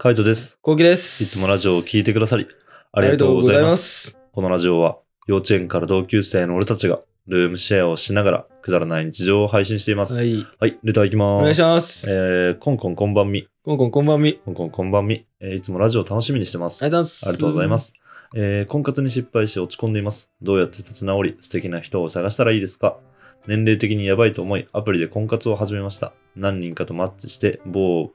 カイトです。 コウキです。 いつもラジオを聞いてくださり、ありがとうございます。このラジオは、幼稚園から同級生の俺たちが、ルームシェアをしながら、くだらない日常を配信しています。 はい。 はい、レターいきます。 お願いします。 コンコンこんばんみ。 コンコンこんばんみ。 コンコンこんばんみ。いつもラジオを楽しみにしてます。 ありがとうございます。 ありがとうございます。婚活に失敗して落ち込んでいます。どうやって立ち直り、素敵な人を探したらいいですか？年齢的にやばいと思い、アプリで婚活を始めました。何人かとマッチして、某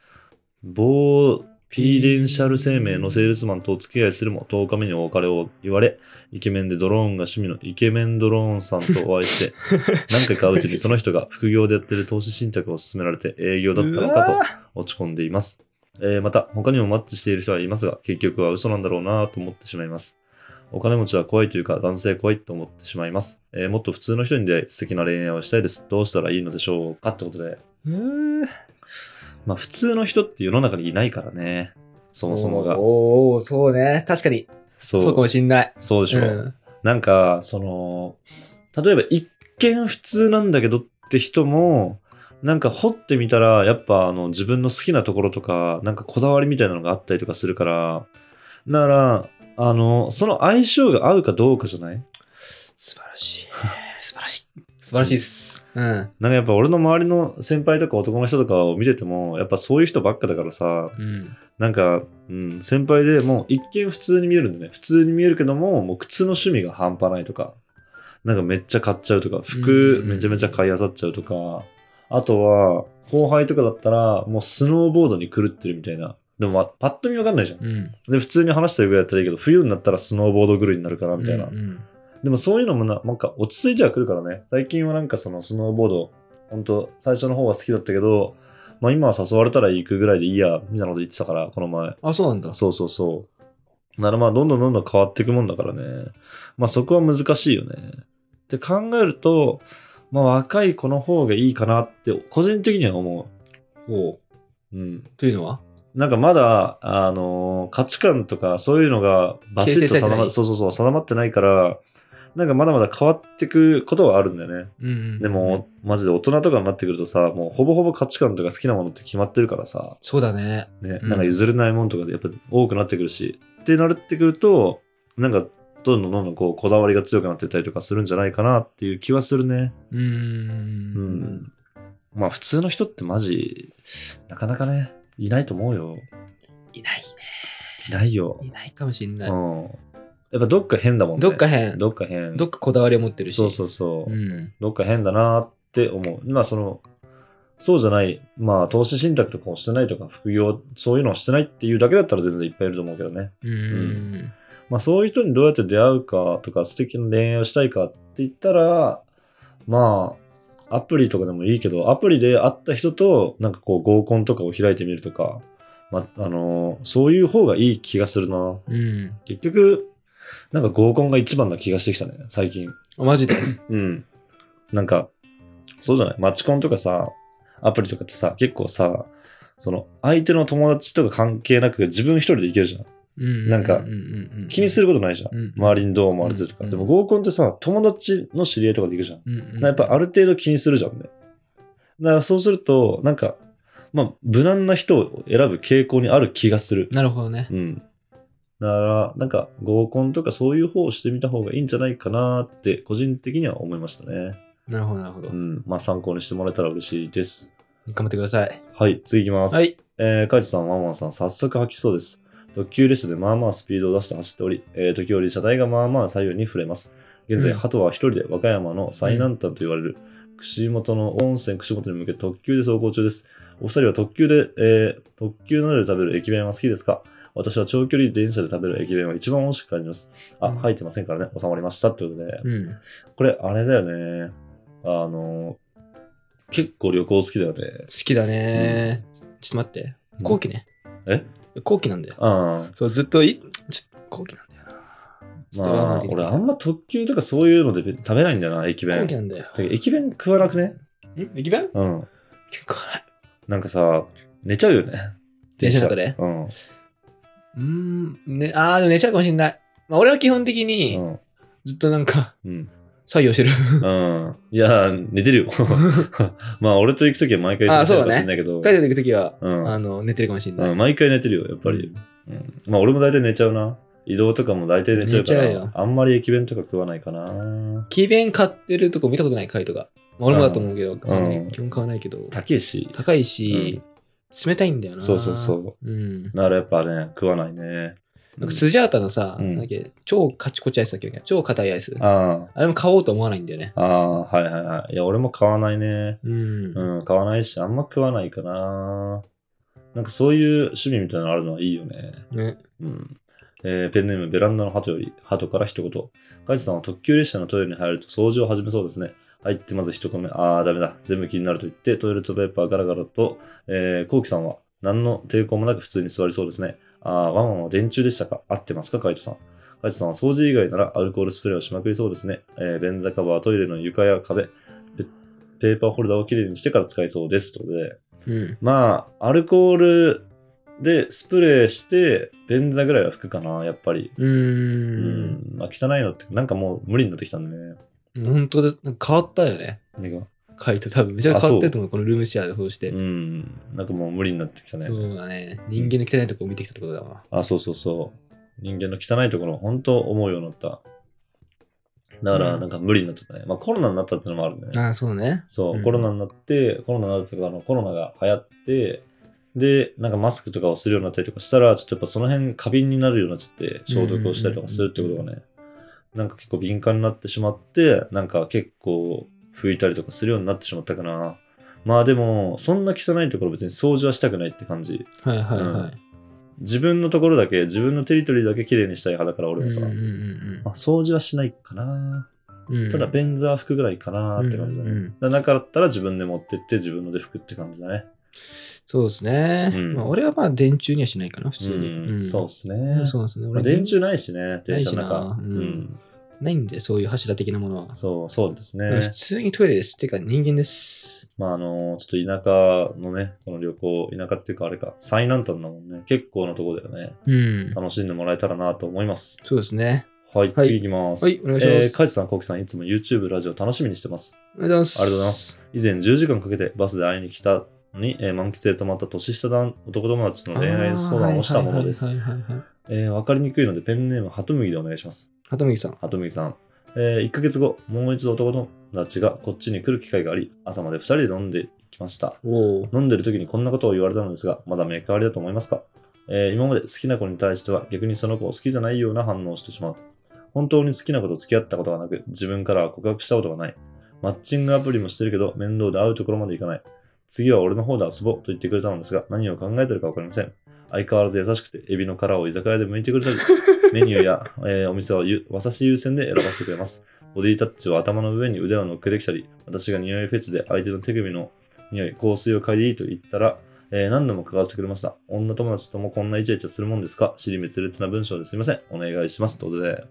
ピーデンシャル生命のセールスマンとお付き合いするも10日目にお別れを言われ、イケメンでドローンが趣味のイケメンドローンさんとお会いして、何回か会ううちにその人が副業でやってる投資信託を勧められて営業だったのかと落ち込んでいます。また、他にもマッチしている人はいますが、結局は嘘なんだろうなと思ってしまいます。お金持ちは怖いというか、男性怖いと思ってしまいます。もっと普通の人に出会い、素敵な恋愛をしたいです。どうしたらいいのでしょうかってことで。まあ普通の人って世の中にいないからね。そもそもが。 おー、そうね。確かに。そうかもしんない。 そうでしょ。なんか、例えば一見普通なんだけどって人も、なんか掘ってみたら、やっぱ自分の好きなところとか、なんかこだわりみたいなのがあったりとかするから、だから、その相性が合うかどうかじゃない？ 素晴らしい。素晴らしい。素晴らしいです。 なんかやっぱ俺の周りの先輩とか男の人とかを見てても、やっぱそういう人ばっかだからさ、なんか、先輩でもう一見普通に見えるんだね。普通に見えるけども、もう靴の趣味が半端ないとか、なんかめっちゃ買っちゃうとか、服めちゃめちゃ買い漁っちゃうとか、あとは、後輩とかだったら、もうスノーボードに狂ってるみたいな。でも、パッと見わかんないじゃん。で、普通に話してるぐらいだったらいいけど、冬になったらスノーボード狂いになるからみたいな。でもそういうのもなんか落ち着いてはくるからね。最近はなんかそのスノーボード、本当最初の方は好きだったけど、まあ今は誘われたら行くぐらいでいいや、みたいなこと言ってたから、この前。 あ、そうなんだ。 そうそうそう。ならまあどんどんどんどん変わっていくもんだからね。まあそこは難しいよね。って考えると、まあ若い子の方がいいかなって個人的には思う。 ほう。というのはなんかまだ、価値観とかそういうのがバチッと定まってないから、なんかまだまだ変わってくことはあるんだよね。でも、マジで大人とかになってくるとさ、もうほぼほぼ価値観とか好きなものって決まってるからさ。 そうだね。 なんか譲れないものとかでやっぱ多くなってくるし。ってなってくると、なんかどんどんこだわりが強くなってったりとかするんじゃないかなっていう気はするね。まあ普通の人ってマジ、なかなかね、いないと思うよ。 いないね。 いないよ。 いないかもしんない。 やっぱどっか変だもんね。 どっか変。 どっか変。 どっかこだわりを持ってるし。 そう。どっか変だなって思う。まあそうじゃない、まあ投資信託とかをしてないとか、副業、そういうのをしてないっていうだけだったら全然いっぱいいると思うけどね。まあそういう人にどうやって出会うかとか、素敵な恋愛をしたいかって言ったら、まあ、アプリとかでもいいけど、アプリで会った人と、なんかこう合コンとかを開いてみるとか、まあ、そういう方がいい気がするな。結局、なんか合コンが一番な気がしてきたね、最近。 マジでなんか、そうじゃない？マチコンとかさ、アプリとかってさ、結構さ、相手の友達とか関係なく自分一人で行けるじゃん。なんか、気にすることないじゃん。周りにどう思われてるとか。でも合コンってさ、友達の知り合いとかで行くじゃん。やっぱある程度気にするじゃんね。だからそうすると、なんか、まあ、無難な人を選ぶ傾向にある気がする。 なるほどね。 だから、なんか合コンとかそういう方をしてみた方がいいんじゃないかなって個人的には思いましたね。 なるほど、なるほど。 まあ参考にしてもらえたら嬉しいです。 頑張ってください。 はい、次行きます。 はい。 カイトさん、ワンワンさん、早速吐きそうです。特急列車でまあまあスピードを出して走っており、時折車体がまあまあ左右に触れます。現在、鳩は一人で和歌山の最南端と言われる、串本の温泉串本に向け特急で走行中です。お二人は特急などで食べる駅弁は好きですか？私は長距離電車で食べる駅弁は一番美味しく感じます。入ってませんからね。収まりましたってことで。これ、あれだよね。結構旅行好きだよね。 好きだね。ちょっと待って。後期ね。後期なんだよ。そう、ずっと後期なんだよな。 まあ、俺あんま特急とかそういうので食べないんだよな、駅弁。 後期なんだよ。 駅弁食わなくね？ 駅弁？ 結構食わない。 なんかさ、寝ちゃうよね。 電車の中で？でも寝ちゃうかもしんない。まあ俺は基本的に、ずっとなんか、 作業してる。 うん。いや、寝てるよ。まあ、俺と行くときは毎回あ、そうだね。 かもしれないけど。 カイトと行くときは、 うん、 寝てるかもしれない。 うん。毎回寝てるよ、やっぱり。うん。まあ、俺も大体寝ちゃうな。移動とかも大体寝ちゃうから、あんまり駅弁とか食わないかな。 駅弁買ってるとこ見たことない、カイトが。俺もだと思うけど、基本買わないけど。 高いし。 高いし、冷たいんだよな。 そうそうそう。うん。だからやっぱね、食わないね。 なんかスジャータのさ、なんだっけ、超カチコチアイスだっけ、超硬いアイス。あれも買おうと思わないんだよね。 はいはいはい。いや、俺も買わないね。うん、買わないし、あんま食わないかな。なんかそういう趣味みたいなのあるのはいいよね。 ね。 うん。ペンネームベランダの鳩より、鳩から一言。カイトさんは特急列車のトイレに入ると掃除を始めそうですね。入ってまず一言目、ダメだ。全部気になると言って、トイレットペーパーガラガラと、コウキさんは何の抵抗もなく普通に座りそうですね。ワンワンは電柱でしたか？合ってますか、カイトさん。カイトさんは掃除以外ならアルコールスプレーをしまくりそうですね。便座カバー、トイレの床や壁、ペーパーホルダーをきれいにしてから使いそうです。ということで。まあ、アルコールでスプレーして、便座ぐらいは拭くかな、やっぱり。まあ、汚いのってなんかもう無理になってきたんでね。 本当で、変わったよね。 何が？ カイト多分めちゃ変わってると思う、このルームシェアでそうして。 なんかもう無理になってきたね。 そうだね。人間の汚いところを見てきたってことだわ。 そうそうそう。人間の汚いところ、本当思うようになった。だから、なんか無理になっちゃったね。まあコロナになったってのもあるね。 そうね。 そう、コロナになって、コロナが流行って、で、なんかマスクとかをするようになったりとかしたら、ちょっとやっぱその辺過敏になるようになっちゃって、消毒をしたりとかするってことがね、なんか結構敏感になってしまって、なんか結構拭いたりとかするようになってしまったかな。まあでも、そんな汚いところ別に掃除はしたくないって感じ。 はいはいはい。 自分のところだけ、自分のテリトリーだけ綺麗にしたい派だから俺もさ、まあ、掃除はしないかな。ただ便座は拭くぐらいかなって感じだね。だったら自分で持ってって自分ので拭くって感じだね。 そうですね。まあ、俺はまあ電柱にはしないかな、普通に。 そうですね。 そうですね。 俺電柱ないしね、電車の中。 ないんで、そういう柱的なものは。 そうですね。 普通にトイレです。てか人間です。 まあちょっと田舎のね、この旅行、田舎っていうかあれか、最南端だもんね。結構なとこだよね。楽しんでもらえたらなと思います。 そうですね。 はい、次行きます。 はい、お願いします。 カイツさん、コウキさん、いつも YouTube ラジオ楽しみにしてます。 ありがとうございます。 ありがとうございます。以前10時間かけてバスで会いに来たのに、満喫で泊まった年下男友達との恋愛相談をしたものです。わかりにくいのでペンネーム、ハトムギでお願いします。 ハトムギさん。 ハトムギさん。1ヶ月後、もう一度男友達がこっちに来る機会があり、朝まで2人で飲んできました。飲んでる時にこんなことを言われたのですが、まだ目変わりだと思いますか？今まで好きな子に対しては逆にその子を好きじゃないような反応をしてしまう。本当に好きな子と付き合ったことがなく、自分からは告白したことがない。マッチングアプリもしてるけど、面倒で会うところまで行かない。次は俺の方で遊ぼうと言ってくれたのですが、何を考えてるかわかりません。相変わらず優しくて、エビの殻を居酒屋で剥いてくれたり、メニューや、お店は私優先で選ばせてくれます。ボディタッチを頭の上に腕を乗っけてきたり、私が匂いフェチで相手の手首の匂い、香水を嗅いでいいと言ったら、何度も関わってくれました。女友達ともこんなイチャイチャするもんですか？尻滅裂な文章ですいません。お願いします。ということで。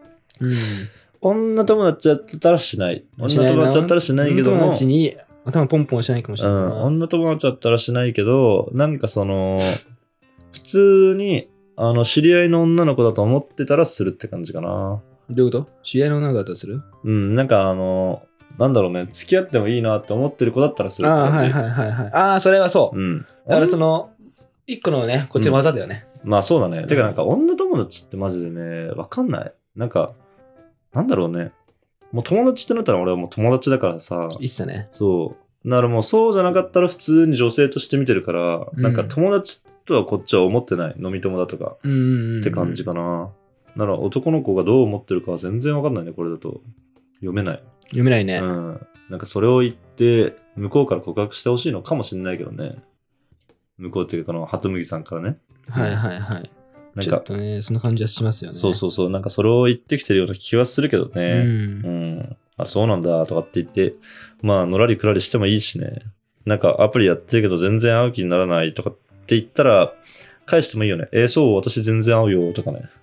女友達やったらしない。女友達やったらしないけども。 女友達に頭ポンポンしないかもしれない。 女友達やったらしないけど、なんか普通に、知り合いの女の子だと思ってたらするって感じかな。 どういうこと？知り合いの女の子だったらする？ なんかなんだろうね、付き合ってもいいなって思ってる子だったらするって感じ。それはそう。だから一個のね、こっちの技だよね。 まあそうだね。てかなんか女友達ってマジでね、わかんない。なんか、なんだろうね。もう友達ってなったら俺はもう友達だからさ。 いいっすね。 そう。だからもうそうじゃなかったら普通に女性として見てるから、なんか友達とはこっちは思ってない。飲み友だとか。って感じかな。なら男の子がどう思ってるかは全然わかんないね、これだと。読めない。 読めないね。 なんかそれを言って、向こうから告白してほしいのかもしれないけどね。向こうっていうかハトムギさんからね。 はいはいはい。なんかちょっとね、そんな感じはしますよね。 そう。なんかそれを言ってきてるような気はするけどね。あ、そうなんだとかって言って、まあ、のらりくらりしてもいいしね。なんかアプリやってるけど全然会う気にならないとかって言ったら、返してもいいよね。そう、私全然会うよとかね。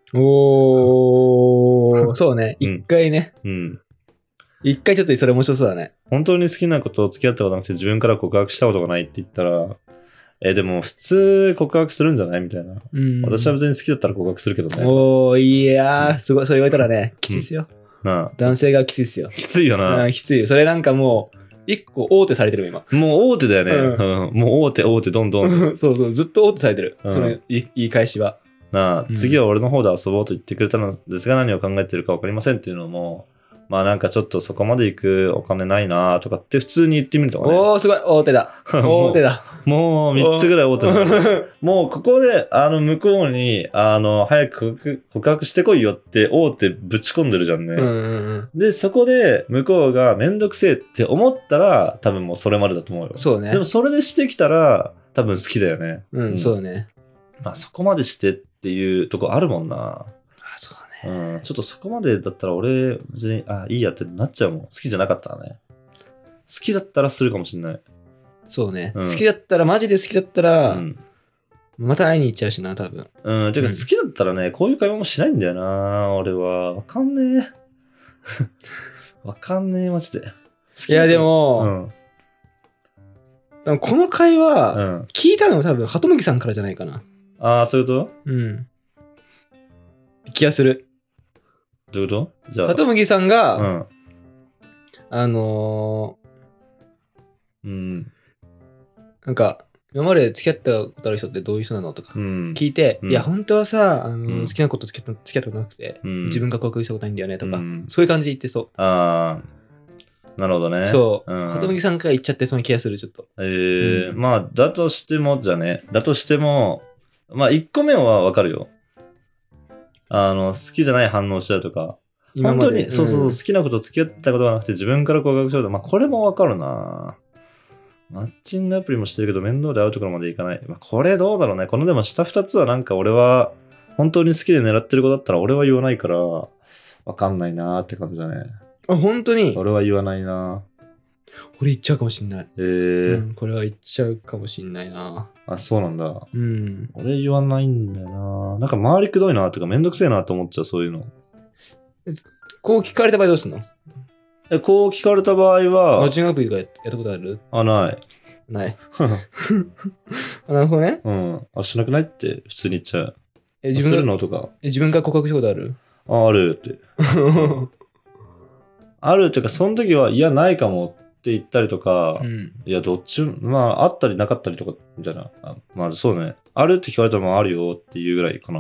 そうね。一回ね。一回ちょっとそれ面白そうだね。 本当に好きな子と付き合ったことなくて自分から告白したことがないって言ったら、でも普通告白するんじゃないみたいな。私は別に好きだったら告白するけどね。 いやー、すごい。それ言われたらね、きついですよ。 男性がきついっすよ。 きついよな。 きついよ。それなんかもう、一個大手されてる今。 もう大手だよね。もう大手、どんどん。 そうそう、ずっと大手されてる。その言い返しは。 次は俺の方で遊ぼうと言ってくれたのですが、何を考えてるか分かりませんっていうのも、まあなんかちょっとそこまで行くお金ないなとかって普通に言ってみるとかね。 おー、すごい、大手だ。大手だ。 もう3つぐらい大手だ。もうここで、向こうに、早く告白してこいよって大手ぶち込んでるじゃんね。で、そこで向こうがめんどくせえって思ったら、多分もうそれまでだと思うよ。 そうね。 でもそれでしてきたら、多分好きだよね。 そうね。 まあそこまでしてっていうとこあるもんな。 そうだね。 ちょっとそこまでだったら俺、別に、いいやってなっちゃうもん。好きじゃなかったらね。好きだったらするかもしんない。 そうね。好きだったら、マジで好きだったら、また会いに行っちゃうしな、多分。 てか好きだったらね、こういう会話もしないんだよな、俺は。わかんねえ。わかんねえ、マジで。 いや、でも、この会話、聞いたのは多分、鳩麦さんからじゃないかな。 ああ、そういうこと気がする。 どういうことじゃあ。 鳩麦さんが、なんか、今まで付き合ったことある人ってどういう人なのとか聞いて、いや、本当はさ、好きな子と付き合ったことなくて、自分が告白したことないんだよねとか、そういう感じで言ってそう。 ああ、なるほどね。 そう。鳩麦さんから言っちゃってその気がする、ちょっと。 まあ、だとしても、じゃね。だとしても、まあ、1個目はわかるよ。好きじゃない反応したりとか。本当に、そう、好きな子と付き合ったことがなくて自分から告白したこと、まあ、これもわかるな。マッチングアプリもしてるけど面倒で会うところまでいかない。まあ、これどうだろうね。このでも下2つはなんか俺は本当に好きで狙ってる子だったら俺は言わないからわかんないなーって感じだね。 本当に俺は言わないな。 俺言っちゃうかもしんない。これは言っちゃうかもしんないな。 そうなんだ。俺言わないんだよな。なんか周りくどいなとかめんどくせえなと思っちゃう、そういうの。 こう聞かれた場合どうすんの？ こう聞かれた場合は。 マッチングアプリとかやったことある？ ない。 ない。なるほどね。 しなくないって普通に言っちゃう。 自分するのとか。 自分が告白したことある？ あるって。あるっていうか、その時は、いや、ないかもって言ったりとか、いや、どっちも、まあ、あったりなかったりとか、みたいな。まあ、そうね。あるって聞かれたら、あるよっていうぐらいかな。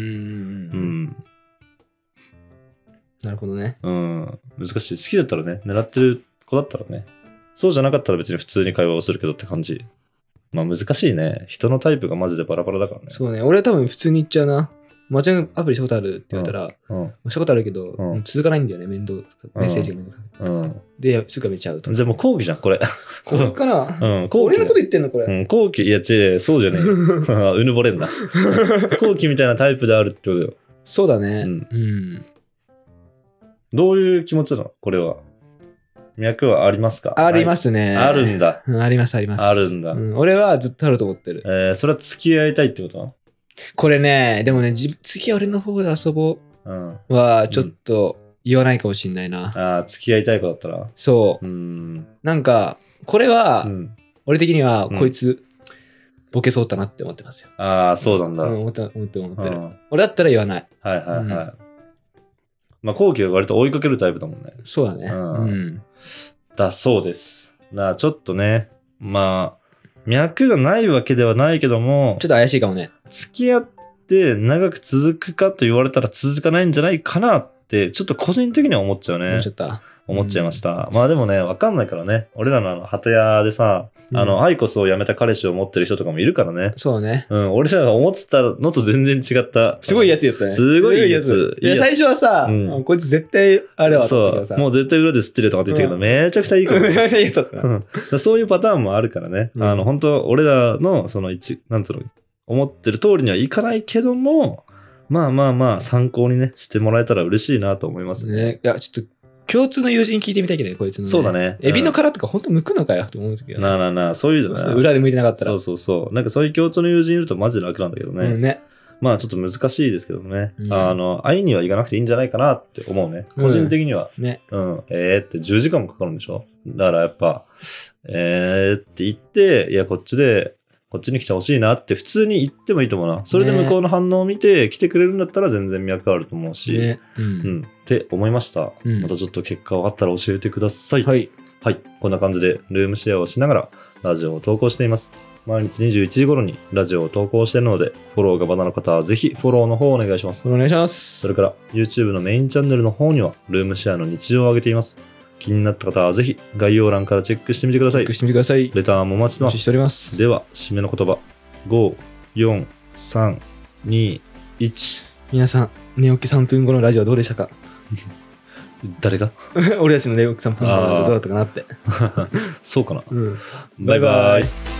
なるほどね。 難しい。好きだったらね、狙ってる子だったらね。そうじゃなかったら別に普通に会話をするけどって感じ。まあ難しいね。人のタイプがマジでバラバラだからね。 そうね。俺は多分普通に言っちゃうな。マッチングアプリしたことあるって言われたら、したことあるけど、続かないんだよね。メッセージがめんどくさい。で、すぐやめちゃうと。 じゃあもう講義じゃん、これ。 これかな俺のこと言ってんのこれ。 後期、いや違う、そうじゃねえ。うぬぼれんな。後期みたいなタイプであるってことよ。 そうだね。 どういう気持ちなのこれは。脈はありますか？ ありますね。 あるんだ。 あります、あります。 あるんだ。 俺はずっとあると思ってる。 それは付き合いたいってこと？ これね、でもね、次は俺の方で遊ぼうはちょっと言わないかもしんないな。 付き合いたい子だったら？ そう。なんか、これは、俺的にはこいつ、ボケそうだなって思ってますよ。 そうなんだ。 思ってる。俺だったら言わない。 はいはいはい。まあ、後期は割と追いかけるタイプだもんね。 そうだね。 だそうです。ちょっとね、まあ、脈がないわけではないけども、 ちょっと怪しいかもね。 付き合って長く続くかと言われたら続かないんじゃないかなって、ちょっと個人的には思っちゃうね。思っちゃいました。まあでもね、わかんないからね。俺らの鳩屋でさ、アイコスを辞めた彼氏を持ってる人とかもいるからね。 そうね。 俺らが思ってたのと全然違った。 すごいやつやったね。 すごいやつ。 いや、最初はさ、こいつ絶対あれはそう。もう絶対裏で吸ってるとかって言ったけど、めちゃくちゃいいから。めちゃくちゃいいやつだった。そういうパターンもあるからね。本当俺らの、なんつうの、思ってる通りにはいかないけども、まあ、参考にね、してもらえたら嬉しいなと思いますね。 いや、ちょっと、共通の友人聞いてみたいけどね、こいつの、ね。 そうだね。 エビの殻とか本当剥くのかよって思うんですけど、 ね。なあ、そういうのね。 裏で剥いてなかったら。 そう。なんかそういう共通の友人いるとマジで楽なんだけどね。まあちょっと難しいですけどね。会いには行かなくていいんじゃないかなって思うね。個人的には。って10時間もかかるんでしょ？だからやっぱ、って言って、いや、こっちで、 こっちに来てほしいなって普通に言ってもいいと思うな。それで向こうの反応を見て来てくれるんだったら全然脈あると思うし、 ね、 って思いました。またちょっと結果分かったら教えてください。はい。こんな感じでルームシェアをしながらラジオを投稿しています。毎日21時頃にラジオを投稿しているので、フォローがまだの方はぜひフォローの方をお願いします。 お願いします。 それから YouTube のメインチャンネルの方にはルームシェアの日常を上げています。気になった方はぜひ概要欄からチェックしてみてください。 チェックしてみてください。 レターもお待ちしてます。 お待ちしております。 では、締めの言葉。5、4、3、2、1。 皆さん、寝起き3分後のラジオどうでしたか？ 誰が俺たちの寝起き3分後のラジオどうだったかなって。 そうかな。バイバイ。